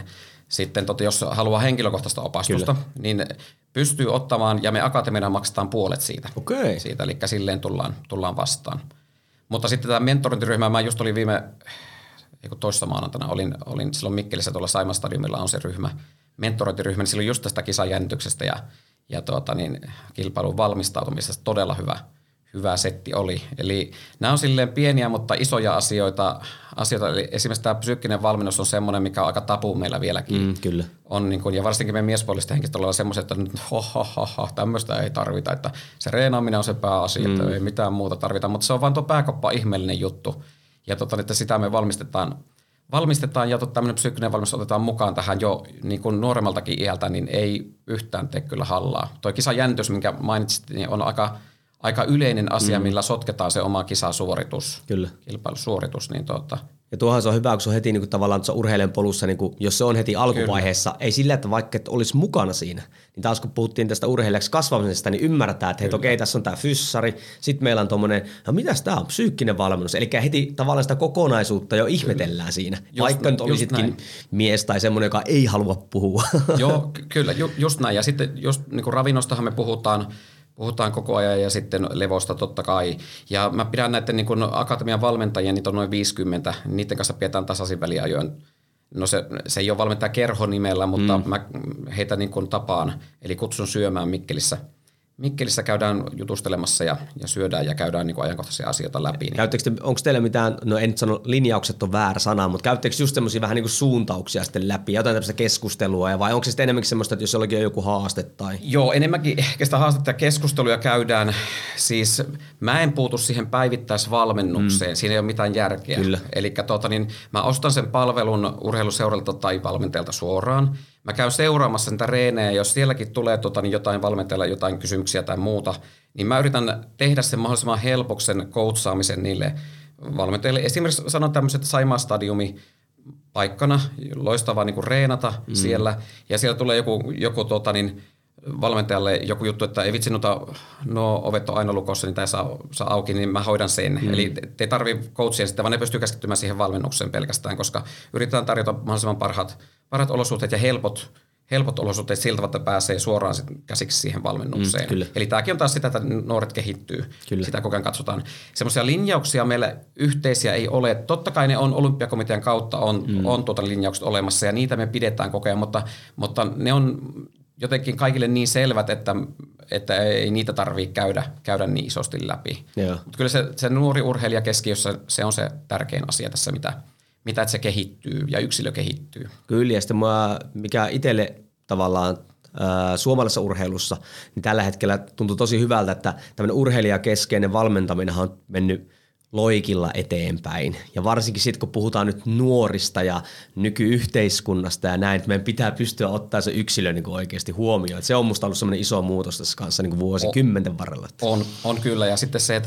jos haluaa henkilökohtaista opastusta, niin pystyy ottamaan ja me akatemiana maksetaan puolet siitä. Okei. Siitä, eli silleen tullaan vastaan. Mutta sitten tämä mentorointiryhmä, mä just olin toissa maanantaina, olin silloin Mikkelissä tuolla Saimaan stadiumilla on se ryhmä, mentorointiryhmä, niin silloin just tästä kisajännityksestä ja kilpailun valmistautumisesta todella hyvä setti oli. Eli nämä on silleen pieniä, mutta isoja asioita. Eli esimerkiksi tämä psyykkinen valmennus on semmoinen, mikä on aika tabu meillä vieläkin. Kyllä. On niin kuin, ja varsinkin meidän miespuolisten henkistä ollaan semmoiset, että tämmöistä ei tarvita. Että se reenaaminen on se pääasia, että ei mitään muuta tarvita. Mutta se on vaan tuo pääkoppa ihmeellinen juttu. Ja että sitä me valmistetaan ja tämmöinen psyykkinen valmennus otetaan mukaan tähän jo niin kuin nuoremmaltakin iältä, niin ei yhtään tee kyllä hallaa. Tuo kisajännitys, minkä mainitsit, niin on aika yleinen asia, millä sotketaan se oma kisasuoritus, Kyllä. kilpailusuoritus. Niin Ja tuohan se on hyvä, kun se on heti niin kuin tavallaan tuossa urheilijan polussa, niin kuin, jos se on heti alkuvaiheessa, Kyllä. ei sillä, että vaikka et olisi mukana siinä. Niin taas kun puhuttiin tästä urheilijaksi kasvamisesta, niin ymmärretään, että hei, okei, tässä on tämä fyssari, sitten meillä on tuommoinen, mitäs tämä on, psyykkinen valmennus. Eli heti tavallaan sitä kokonaisuutta jo ihmetellään siinä, vaikka nyt olisitkin mies tai semmoinen, joka ei halua puhua. Joo, kyllä, just näin. Ja sitten just niin kuin ravinnostahan me puhutaan koko ajan ja sitten levosta totta kai. Ja mä pidän näiden niin kuin akatemian valmentajia, niitä on noin 50, niiden kanssa pidetään tasaisin väliajoin. No se ei ole valmentaja kerhonimellä, mutta mä heitä niin kuin tapaan, eli kutsun syömään Mikkelissä. Mikkelissä käydään jutustelemassa ja syödään ja käydään niin kuin ajankohtaisia asioita läpi. Niin. Onko teillä mitään, no en nyt sano linjaukset on väärä sana, mutta käyttekö just semmoisia vähän niin kuin suuntauksia sitten läpi, jotain tämmöistä keskustelua, vai onko se sitten enemmänkin semmoista, että jos jollakin on joku haaste tai? Joo, enemmänkin ehkä sitä haastetta ja keskusteluja käydään. Siis mä en puutu siihen päivittäisvalmennukseen, siinä ei ole mitään järkeä. Eli mä ostan sen palvelun urheiluseuralta tai valmentajalta suoraan. Mä käyn seuraamassa niitä reenejä, jos sielläkin tulee jotain valmentajalla, jotain kysymyksiä tai muuta, niin mä yritän tehdä sen mahdollisimman helpoksen coachaamisen niille valmentajille. Esimerkiksi sanon tämmöiset Saimaa stadiumi paikkana, loistavaa niin kuin reenata siellä, ja siellä tulee joku valmentajalle joku juttu, että ei vitsi, no ovet on aina lukossa, niin tämä saa auki, niin mä hoidan sen. Eli te ei tarvitse coachia sitten, vaan ne pystyy keskittymään siihen valmennukseen pelkästään, koska yritetään tarjota mahdollisimman parhaat olosuhteet ja helpot olosuhteet siltä, että pääsee suoraan käsiksi siihen valmennukseen. Eli tämäkin on taas sitä, että nuoret kehittyy. Kyllä. Sitä koko ajan katsotaan. Semmoisia linjauksia meille yhteisiä ei ole. Totta kai ne on olympiakomitean kautta on linjaukset olemassa ja niitä me pidetään koko ajan, mutta ne on jotenkin kaikille niin selvät, että ei niitä tarvitse käydä niin isosti läpi. Mutta kyllä se nuori urheilija keskiössä, se on se tärkein asia tässä, mitä että se kehittyy ja yksilö kehittyy. Kyllä, ja sitten mikä itselle tavallaan suomalaisessa urheilussa, niin tällä hetkellä tuntuu tosi hyvältä, että tämmöinen urheilijakeskeinen valmentaminen on mennyt loikilla eteenpäin. Ja varsinkin sitten, kun puhutaan nyt nuorista ja nykyyhteiskunnasta ja näin, että meidän pitää pystyä ottaa se yksilö niin kuin oikeasti huomioon. Että se on musta ollut semmoinen iso muutos tässä kanssa niin kuin vuosikymmenten varrella. On kyllä, ja sitten se, että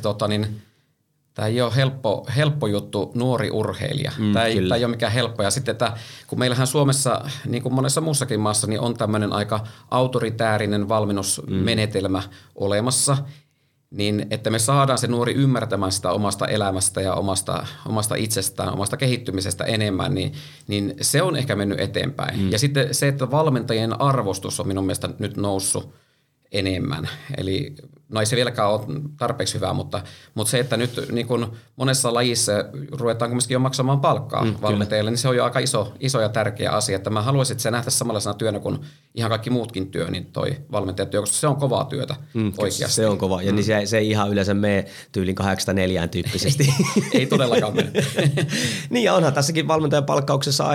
tämä ei ole helppo juttu, nuori urheilija. Tämä ei ole mikään helppo. Ja sitten, että kun meillähän Suomessa, niin kuin monessa muussakin maassa, niin on tämmöinen aika autoritäärinen valmennusmenetelmä olemassa, niin että me saadaan se nuori ymmärtämään sitä omasta elämästä ja omasta itsestään, omasta kehittymisestä enemmän, niin se on ehkä mennyt eteenpäin. Ja sitten se, että valmentajien arvostus on minun mielestä nyt noussut enemmän. Eli no ei se vieläkään ole tarpeeksi hyvää, mutta se, että nyt niin kun monessa lajissa ruvetaan kumminkin jo maksamaan palkkaa valmentajille, niin se on jo aika iso ja tärkeä asia. Että mä haluaisin, että se nähtäisiin samanlaisena työnä kuin ihan kaikki muutkin työ, niin toi valmentajatyö, koska se on kovaa työtä oikeasti. Se on kova, ja niin se ei ihan yleensä mene tyylin 8-4 tyyppisesti. Ei todellakaan mene. Niin, ja onhan tässäkin valmentajan palkkauksessa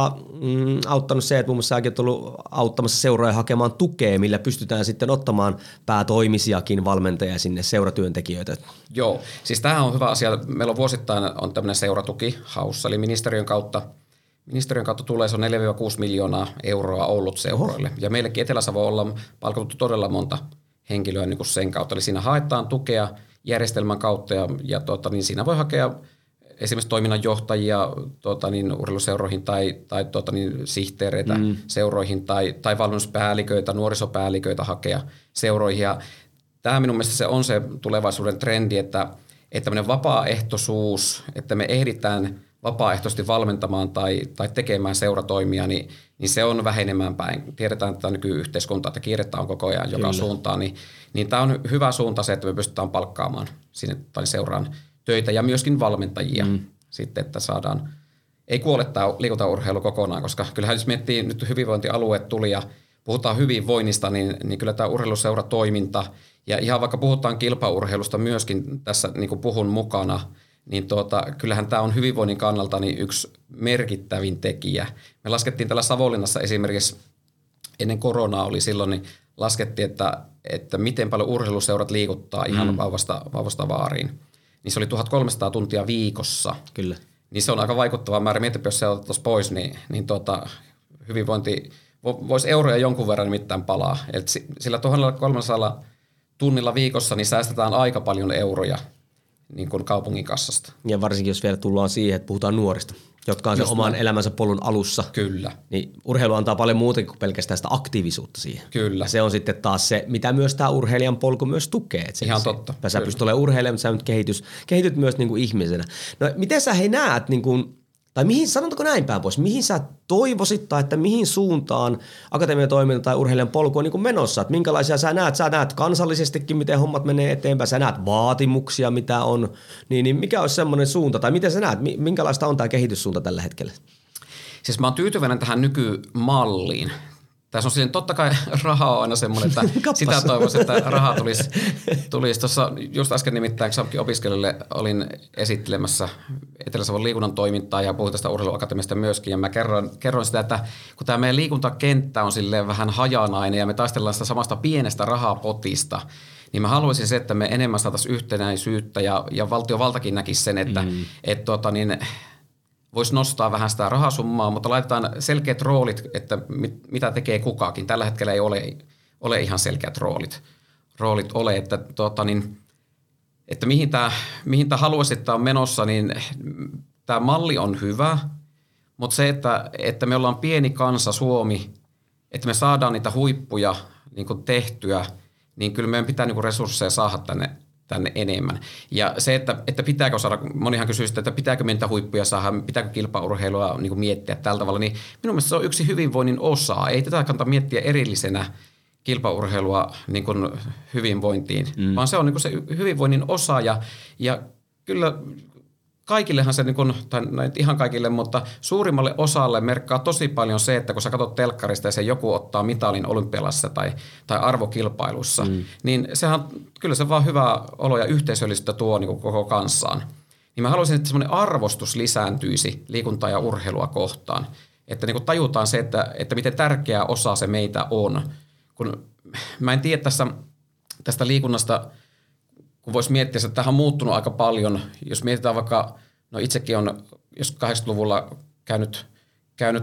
auttanut se, että muun muassa säkin on tullut auttamassa seuroja hakemaan tukea, millä pystytään sitten ottamaan päätoimisiakin valmentajia sinne, seuratyöntekijöitä. Joo, siis tämähän on hyvä asia. Meillä on vuosittain tämmöinen seuratuki haussa, eli ministeriön kautta tulee, se on 4-6 miljoonaa euroa ollut seuroille. Ja meillekin Etelä-Savo ollaan palkattu todella monta henkilöä niin kuin sen kautta. Eli siinä haetaan tukea järjestelmän kautta ja niin siinä voi hakea esimerkiksi toiminnanjohtajia urheiluseuroihin tai sihteereitä seuroihin tai valmennuspäälliköitä, nuorisopäälliköitä hakea seuroihin. Ja tämä minun mielestä se on se tulevaisuuden trendi, että tämmöinen vapaaehtoisuus, että me ehditään vapaaehtoisesti valmentamaan tai tekemään seuratoimia, niin se on vähenemään päin. Tiedetään tätä nykyyhteiskuntaa, että kiirettä on koko ajan joka suuntaan, niin tämä on hyvä suunta se, että me pystytään palkkaamaan sinne tai seuraan töitä ja myöskin valmentajia sitten, että saadaan, ei kuole tämä liikuntaurheilu kokonaan, koska kyllähän jos miettii nyt hyvinvointialueet tuli ja puhutaan hyvinvoinnista, niin kyllä tämä urheiluseuratoiminta ja ihan vaikka puhutaan kilpaurheilusta myöskin tässä niin kuin puhun mukana, niin kyllähän tämä on hyvinvoinnin kannalta niin yksi merkittävin tekijä. Me laskettiin täällä Savonlinnassa esimerkiksi ennen koronaa oli silloin, niin laskettiin, että miten paljon urheiluseurat liikuttaa ihan vauvasta vaariin. Niin se oli 1300 tuntia viikossa. Kyllä. Niin se on aika vaikuttava määrä. Mietipä, jos se otettaisiin pois, niin hyvinvointi voisi euroja jonkun verran nimittäin palaa. Et sillä 1300 tunnilla viikossa, niin säästetään aika paljon euroja niin kuin kaupungin kassasta. Ja varsinkin, jos vielä tullaan siihen, että puhutaan nuorista, jotka on sen oman elämänsä polun alussa. Kyllä. Niin urheilu antaa paljon muuta kuin pelkästään sitä aktiivisuutta siihen. Kyllä. Ja se on sitten taas se, mitä myös tämä urheilijan polku myös tukee. Että ihan totta. Sä pystyt olemaan urheilija, mutta sä nyt kehityt myös niin kuin ihmisenä. No miten sä näet, niin kuin, tai mihin, sanotaanko näin päin pois, mihin sä toivoisit tai että mihin suuntaan akatemian toiminta tai urheilijan polku on niin kuin menossa? Että minkälaisia sä näet kansallisestikin, miten hommat menee eteenpäin, sä näet vaatimuksia, mitä on, niin mikä olisi semmoinen suunta tai miten sä näet, minkälaista on tämä kehityssuunta tällä hetkellä? Siis mä oon tyytyväinen tähän nykymalliin. Tässä on siihen, totta kai raha on aina semmoinen, että sitä toivoisin, että rahaa tulisi. Tuossa just äsken nimittäin XAMKin opiskelijoille olin esittelemässä Etelä-Savon liikunnan toimintaa ja puhuin tästä urheiluakatemiasta myöskin. Ja mä kerroin sitä, että kun tämä meidän liikuntakenttä on silleen vähän hajanainen ja me taistellaan sitä samasta pienestä rahapotista, niin mä haluaisin se, että me enemmän saataisiin yhtenäisyyttä ja valtiovaltakin näkisi sen, että voisi nostaa vähän sitä rahasummaa, mutta laitetaan selkeät roolit, että mitä tekee kukakin. Tällä hetkellä ei ole ihan selkeät roolit ole, että mihin tämä haluaisi, että on menossa, niin tämä malli on hyvä, mutta se, että me ollaan pieni kansa Suomi, että me saadaan niitä huippuja niin kuin tehtyä, niin kyllä meidän pitää niin kuin resursseja saada tänne enemmän. Ja se, että pitääkö saada, monihan kysyy sitä, että pitääkö meitä huippuja saada, pitääkö kilpaurheilua niin kuin miettiä tällä tavalla, niin minun mielestä se on yksi hyvinvoinnin osa. Ei tätä kannata miettiä erillisenä kilpaurheilua niin kuin hyvinvointiin, vaan se on niin kuin se hyvinvoinnin osa ja kyllä kaikillehan se, niin kuin, tai ihan kaikille, mutta suurimmalle osalle merkkaa tosi paljon se, että kun sä katsot telkkarista ja se joku ottaa mitalin olympialassa tai arvokilpailussa, niin sehän, kyllä se vaan hyvä olo ja yhteisöllistä tuo niin kuin koko kanssaan. Niin mä haluaisin, että semmoinen arvostus lisääntyisi liikuntaa ja urheilua kohtaan. Että niin kuin tajutaan se, että miten tärkeä osa se meitä on. Kun mä en tiedä tästä liikunnasta, kun voisi miettiä, että tähän on muuttunut aika paljon. Jos mietitään vaikka, no itsekin on, jos 80-luvulla käynyt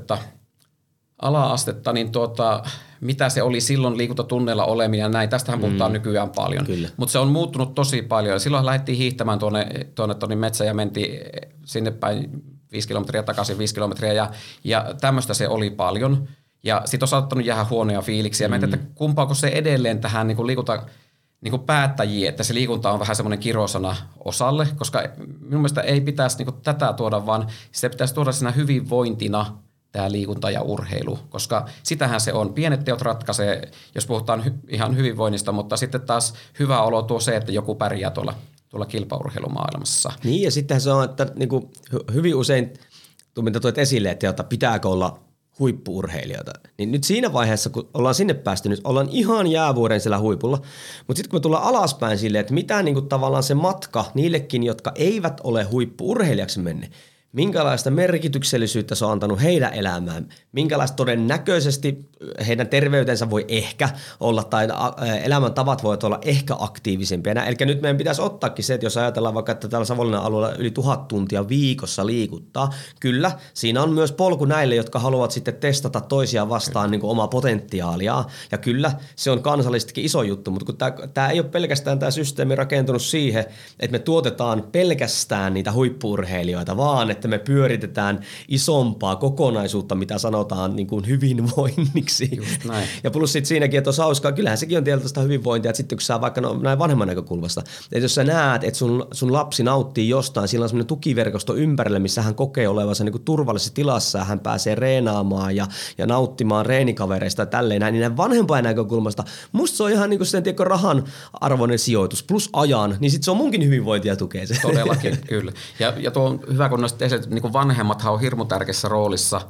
ala-astetta, niin mitä se oli silloin liikuntatunneilla oleminen ja näin. Tästähän puhutaan nykyään paljon. Mutta se on muuttunut tosi paljon. Ja silloin lähdettiin hiihtämään tuonne metsään ja mentiin sinne päin 5 kilometriä takaisin 5 kilometriä ja tämmöistä se oli paljon. Ja sitten on saattanut jäädä huonoja fiiliksiä. Mä en tiedä, että kumpaako se edelleen tähän niin kuin liikunta niin kuin päättäjiä, että se liikunta on vähän semmoinen kirosana osalle, koska minun mielestä ei pitäisi niin kuin tätä tuoda, vaan se pitäisi tuoda siinä hyvinvointina tämä liikunta ja urheilu, koska sitähän se on. Pienet teot ratkaisee, jos puhutaan ihan hyvinvoinnista, mutta sitten taas hyvä olo tuo se, että joku pärjää tuolla kilpaurheilumaailmassa. Niin ja sittenhän se on, että niin kuin hyvin usein, mitä toit esille, että pitääkö olla huippu-urheilijoita. Niin nyt siinä vaiheessa, kun ollaan sinne päästy, nyt ollaan ihan jäävuoren siellä huipulla. Mutta sitten kun me tullaan alaspäin silleen, että mitä niin kuin tavallaan se matka niillekin, jotka eivät ole huippu-urheilijaksi menneet, minkälaista merkityksellisyyttä se on antanut heidän elämään, minkälaista todennäköisesti heidän terveytensä voi ehkä olla tai elämäntavat voivat olla ehkä aktiivisempia. Eli nyt meidän pitäisi ottaakin se, että jos ajatellaan vaikka, että täällä Savonlinnan alueella yli 1000 tuntia viikossa liikuttaa, kyllä siinä on myös polku näille, jotka haluavat sitten testata toisiaan vastaan niin kuin omaa potentiaalia. Ja kyllä se on kansallisestikin iso juttu, mutta kun tämä ei ole pelkästään tämä systeemi rakentunut siihen, että me tuotetaan pelkästään niitä huippu-urheilijoita, vaan että me pyöritetään isompaa kokonaisuutta, mitä sanotaan niin kuin hyvinvoinniksi. Just näin. Ja plus sitten siinäkin, että on hauskaa, kyllähän sekin on tietysti hyvinvointia, että sitten kun sä vaikka näin vanhemman näkökulmasta, että jos sä näet, että sun lapsi nauttii jostain, sillä on semmoinen tukiverkosto ympärillä, missä hän kokee olevansa niin kuin turvallisessa tilassa ja hän pääsee reenaamaan ja nauttimaan reenikavereista ja tälleen näin, niin näin vanhempain näkökulmasta, musta se on ihan niin kuin sen rahan arvoinen sijoitus plus ajan, niin sitten se on munkin hyvinvointia tukee se. Todellakin, kyllä. Ja tuo on hyvä, kun nostit esille, että niin vanhemmathan on hirmu tärkeässä roolissa.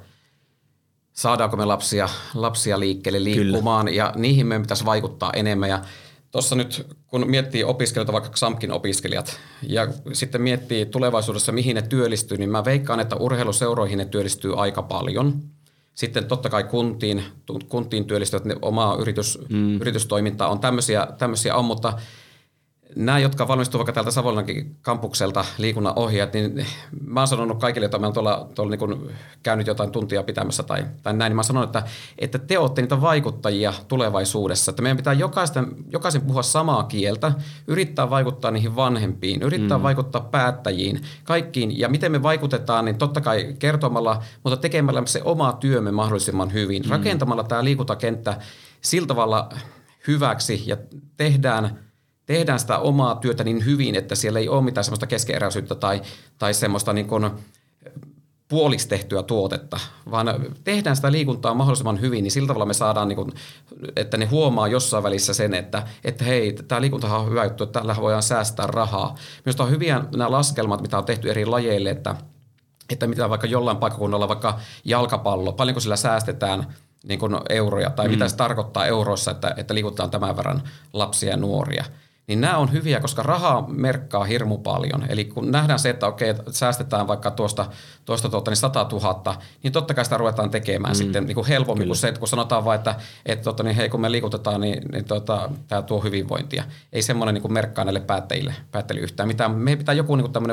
Saadaanko me lapsia liikkeelle liikkumaan Kyllä. ja niihin meidän pitäisi vaikuttaa enemmän. Ja tuossa nyt, kun miettii opiskelijoita, vaikka XAMKin opiskelijat, ja sitten miettii tulevaisuudessa, mihin ne työllistyy, niin mä veikkaan, että urheiluseuroihin ne työllistyy aika paljon. Sitten totta kai kuntiin työllistyvät, ne omaa yritystoimintaa on tämmöisiä on, mutta nämä, jotka valmistuu vaikka täältä Savonlinnankin kampukselta liikunnan ohjaajat, niin mä oon sanonut kaikille, joita mä oon tuolla niin kuin käynyt jotain tuntia pitämässä tai näin, niin mä oon sanonut, että te olette niitä vaikuttajia tulevaisuudessa. Että meidän pitää jokaisen puhua samaa kieltä, yrittää vaikuttaa niihin vanhempiin, yrittää vaikuttaa päättäjiin, kaikkiin. Ja miten me vaikutetaan, niin totta kai kertomalla, mutta tekemällä se oma työmme mahdollisimman hyvin. Rakentamalla tämä liikuntakenttä sillä tavalla hyväksi ja tehdään sitä omaa työtä niin hyvin, että siellä ei ole mitään semmoista keskeneräisyyttä tai semmoista niin kuin puoliksi tehtyä tuotetta, vaan tehdään sitä liikuntaa mahdollisimman hyvin, niin sillä tavalla me saadaan, niin kuin, että ne huomaa jossain välissä sen, että hei, tämä liikuntahan on hyvä juttu, että tällä voidaan säästää rahaa. Minusta on hyviä nämä laskelmat, mitä on tehty eri lajeille, että mitä vaikka jollain paikkakunnalla, vaikka jalkapallo, paljonko sillä säästetään niin kuin euroja, tai mitä se tarkoittaa euroissa, että liikutaan tämän verran lapsia ja nuoria. Niin nämä on hyviä, koska rahaa merkkaa hirmu paljon. Eli kun nähdään se, että okei, säästetään vaikka tuosta niin 100 000, niin totta kai sitä ruvetaan tekemään sitten niin kuin helpommin kuin se, että kun sanotaan vaan, että niin hei, kun me liikutetaan, niin tämä tuo hyvinvointia. Ei semmoinen niin kuin merkkaa näille päättäjille yhtään mitään. Meidän pitää joku niin kuin tämmöinen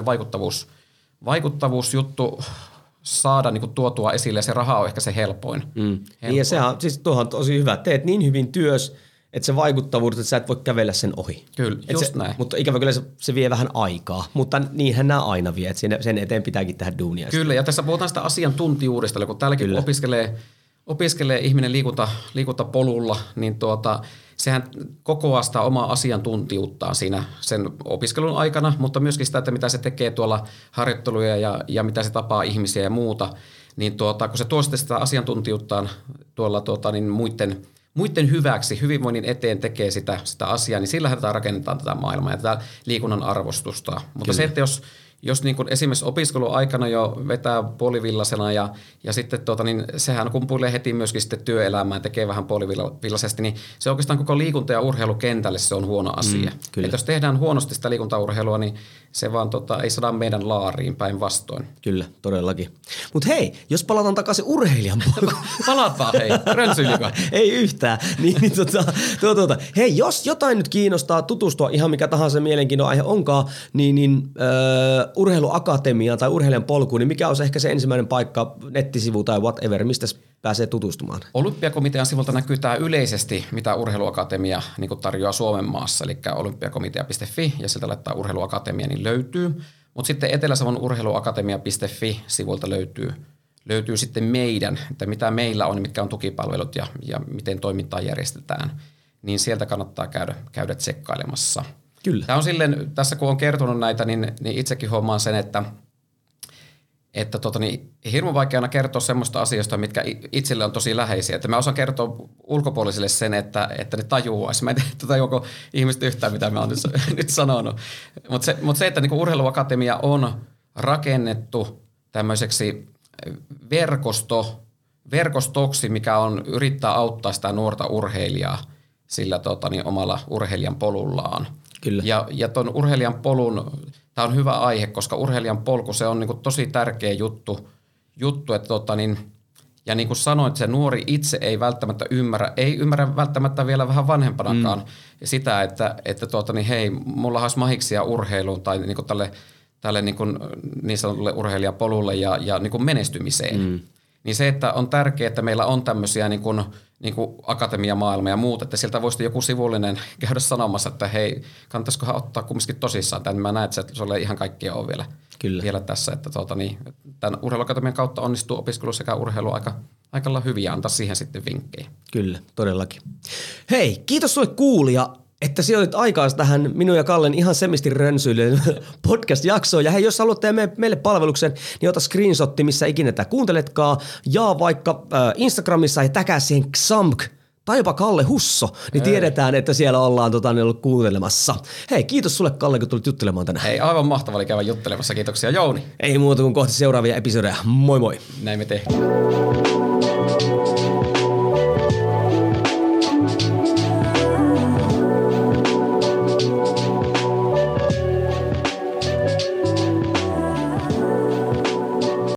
vaikuttavuusjuttu saada niin kuin tuotua esille, ja se raha on ehkä se helpoin. Niin ja sehän, siis tuohan on tosi hyvä. Teet niin hyvin työs, että se vaikuttavuus, että sä et voi kävellä sen ohi. Kyllä, just näin. Mutta ikävä kyllä se vie vähän aikaa, mutta niinhän nämä aina vie, että sen eteen pitääkin tehdä duunia. Kyllä, ja tässä puhutaan sitä asiantuntijuudesta, kun täälläkin opiskelee ihminen liikuntapolulla, niin sehän kokoaa sitä omaa asiantuntijuuttaan siinä sen opiskelun aikana, mutta myöskin sitä, että mitä se tekee tuolla harjoitteluja ja mitä se tapaa ihmisiä ja muuta, niin kun se tuo sitä asiantuntijuuttaan tuolla niin muiden hyväksi, hyvinvoinnin eteen tekee sitä asiaa, niin sillähän tätä rakennetaan tätä maailmaa ja tätä liikunnan arvostusta. Mutta kyllä. Se, että jos niin kuin esimerkiksi opiskeluaikana jo vetää puolivillasena ja sitten niin sehän kumpuilee heti myöskin sitten työelämään, tekee vähän puolivillaisesti, niin se oikeastaan koko liikunta- ja urheilukentälle se on huono asia. Että jos tehdään huonosti sitä liikuntaurheilua, niin se vaan ei saada meidän laariin päinvastoin. Kyllä, todellakin. Mutta hei, jos palataan takaisin urheilijan puolelle. Palataan, hei, rönsyilikö? Ei yhtään. Hei, jos jotain nyt kiinnostaa tutustua, ihan mikä tahansa mielenkiinnon aihe onkaan, niin urheiluakatemia tai urheilijan polkuun, niin mikä on ehkä se ensimmäinen paikka, nettisivu tai whatever, mistä pääsee tutustumaan? Olympiakomitean sivulta näkyy tämä yleisesti, mitä urheiluakatemia niin tarjoaa Suomen maassa, eli olympiakomitea.fi ja sieltä laittaa urheiluakatemia, niin löytyy. Mutta sitten Etelä-Savon urheiluakatemia.fi-sivulta löytyy sitten meidän, että mitä meillä on, mitkä on tukipalvelut ja miten toimintaa järjestetään, niin sieltä kannattaa käydä tsekkailemassa. Kyllä. Tämä on silleen, tässä kun on kertonut näitä, niin itsekin huomaan sen, että hirmu vaikeana kertoa semmoista asioista, mitkä itselle on tosi läheisiä. Että mä osaan kertoa ulkopuolisille sen, että ne tajuaisi. Mä en tiedä, tajuako ihmiset yhtään, mitä mä oon nyt sanonut. Mutta se, että niinku urheiluakatemia on rakennettu tämmöiseksi verkostoksi, mikä on yrittää auttaa sitä nuorta urheilijaa sillä omalla urheilijan polullaan. Kyllä. Ja tuon urheilijan polun, tämä on hyvä aihe, koska urheilijan polku, se on niinku tosi tärkeä juttu että ja niin kuin sanoin, että se nuori itse ei välttämättä ymmärrä välttämättä vielä vähän vanhempanakaan sitä, että hei, mulla olisi mahiksia urheiluun tai niinku tälle niin sanotulle urheilijapolulle ja niin kuin menestymiseen. Niin se, että on tärkeää, että meillä on tämmöisiä niin kuin akatemiamaailma ja muut, että sieltä voisi joku sivullinen käydä sanomassa, että hei, kannattaisikohan ottaa kumminkin tosissaan tämän. Mä näen, että se ei ihan kaikkia ole vielä tässä, että tämän urheiluakatemian kautta onnistuu opiskelu sekä urheilu aika hyviä, antaa siihen sitten vinkkejä. Kyllä, todellakin. Hei, kiitos sulle kuulija, että sijoitit aikaa tähän minun ja Kallen ihan semisti rönsyille podcast-jaksoon. Ja hei, jos haluat tehdä meille palveluksen, niin ota screenshotti, missä ikinä tätä kuunteletkaan. Ja vaikka Instagramissa ja täkää siihen XAMK tai jopa Kalle Husso, niin tiedetään, että siellä ollaan ollut kuuntelemassa. Hei, kiitos sulle Kalle, kun tulit juttelemaan tänään. Hei, aivan mahtavaa oli käydä juttelemassa. Kiitoksia Jouni. Ei muuta kuin kohti seuraavia episodeja. Moi moi. Näin me tehdään.